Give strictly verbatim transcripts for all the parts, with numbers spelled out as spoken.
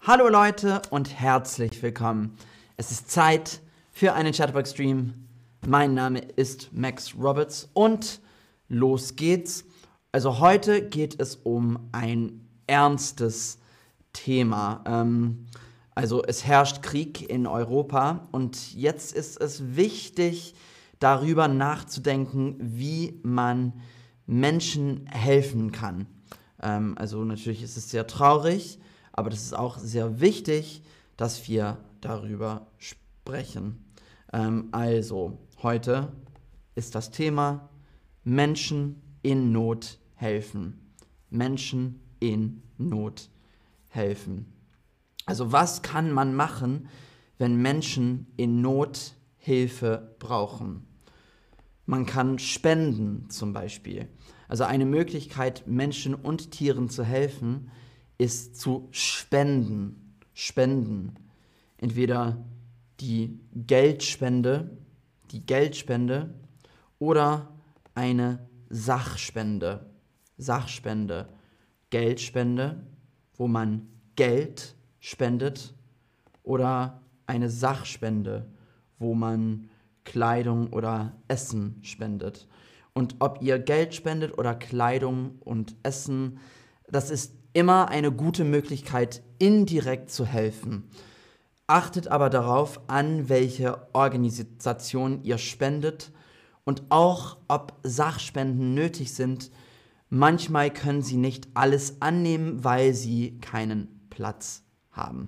Hallo Leute und herzlich willkommen. Es ist Zeit für einen Chatterbox-Stream. Mein Name ist Max Roberts und los geht's. Also heute geht es um ein ernstes Thema. Ähm, also es herrscht Krieg in Europa und jetzt ist es wichtig, darüber nachzudenken, wie man Menschen helfen kann. Ähm, also natürlich ist es sehr traurig, aber das ist auch sehr wichtig, dass wir darüber sprechen. Ähm, also, heute ist das Thema Menschen in Not helfen. Menschen in Not helfen. Also, was kann man machen, wenn Menschen in Not Hilfe brauchen? Man kann spenden zum Beispiel. Also eine Möglichkeit, Menschen und Tieren zu helfen, ist zu spenden. Spenden. Entweder die Geldspende, die Geldspende oder eine Sachspende. Sachspende. Geldspende, wo man Geld spendet, oder eine Sachspende, wo man Kleidung oder Essen spendet. Und ob ihr Geld spendet oder Kleidung und Essen, das ist immer eine gute Möglichkeit, indirekt zu helfen. Achtet aber darauf, an welche Organisation ihr spendet und auch, ob Sachspenden nötig sind. Manchmal können sie nicht alles annehmen, weil sie keinen Platz haben.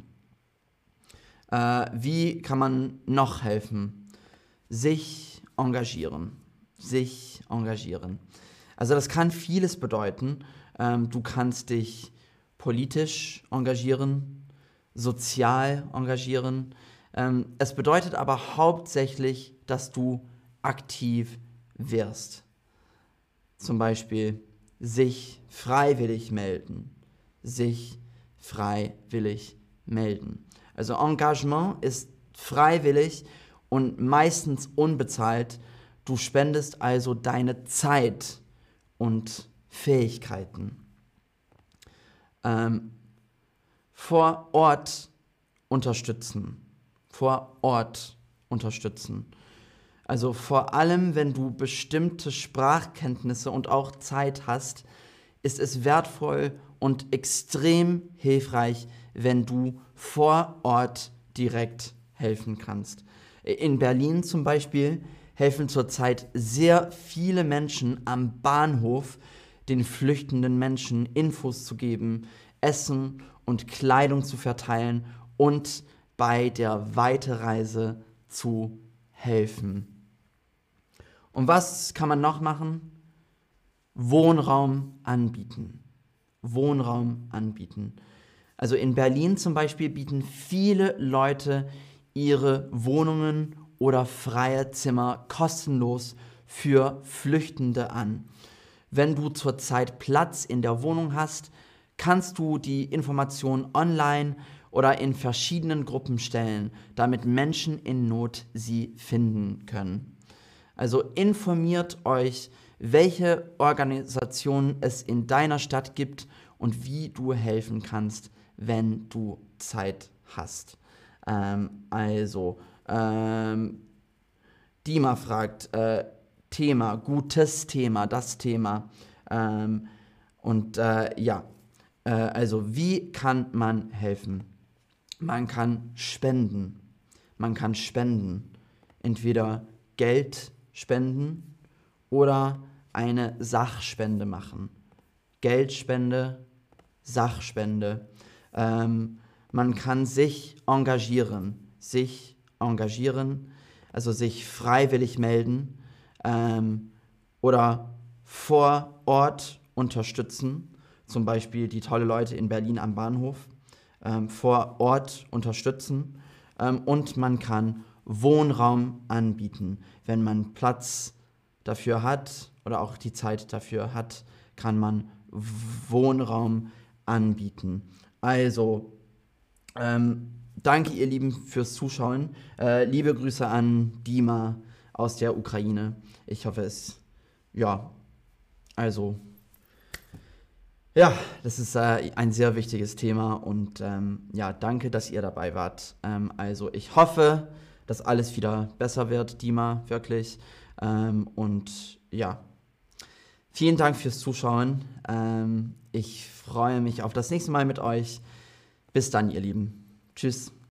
Äh, wie kann man noch helfen? Sich engagieren. Sich engagieren. Also das kann vieles bedeuten. Ähm, du kannst dich politisch engagieren, sozial engagieren. Ähm, es bedeutet aber hauptsächlich, dass du aktiv wirst. Zum Beispiel sich freiwillig melden. Sich freiwillig melden. Also Engagement ist freiwillig und meistens unbezahlt. Du spendest also deine Zeit und Fähigkeiten. Ähm, vor Ort unterstützen. Vor Ort unterstützen. Also vor allem, wenn du bestimmte Sprachkenntnisse und auch Zeit hast, ist es wertvoll und extrem hilfreich, wenn du vor Ort direkt helfen kannst. In Berlin zum Beispiel helfen zurzeit sehr viele Menschen am Bahnhof, den flüchtenden Menschen Infos zu geben, Essen und Kleidung zu verteilen und bei der Weiterreise zu helfen. Und was kann man noch machen? Wohnraum anbieten. Wohnraum anbieten. Also in Berlin zum Beispiel bieten viele Leute ihre Wohnungen oder freie Zimmer kostenlos für Flüchtende an. Wenn du zurzeit Platz in der Wohnung hast, kannst du die Information online oder in verschiedenen Gruppen stellen, damit Menschen in Not sie finden können. Also informiert euch, welche Organisationen es in deiner Stadt gibt und wie du helfen kannst, wenn du Zeit hast. Ähm, also, ähm, Dima fragt, äh, Thema, gutes Thema, das Thema. Ähm, und äh, ja, äh, also wie kann man helfen? Man kann spenden. Man kann spenden. Entweder Geld spenden oder eine Sachspende machen. Geldspende, Sachspende. Ähm, man kann sich engagieren. Sich engagieren, also sich freiwillig melden ähm, oder vor Ort unterstützen. Zum Beispiel die tolle Leute in Berlin am Bahnhof. Ähm, vor Ort unterstützen. Ähm, und man kann Wohnraum anbieten. Wenn man Platz dafür hat oder auch die Zeit dafür hat, kann man Wohnraum anbieten. Also, ähm, danke ihr Lieben fürs Zuschauen. Äh, liebe Grüße an Dima aus der Ukraine. Ich hoffe es, ja, also, Ja, das ist äh, ein sehr wichtiges Thema und ähm, ja, danke, dass ihr dabei wart. Ähm, also ich hoffe, dass alles wieder besser wird, Dima, wirklich. Ähm, und ja, vielen Dank fürs Zuschauen. Ähm, ich freue mich auf das nächste Mal mit euch. Bis dann, ihr Lieben. Tschüss.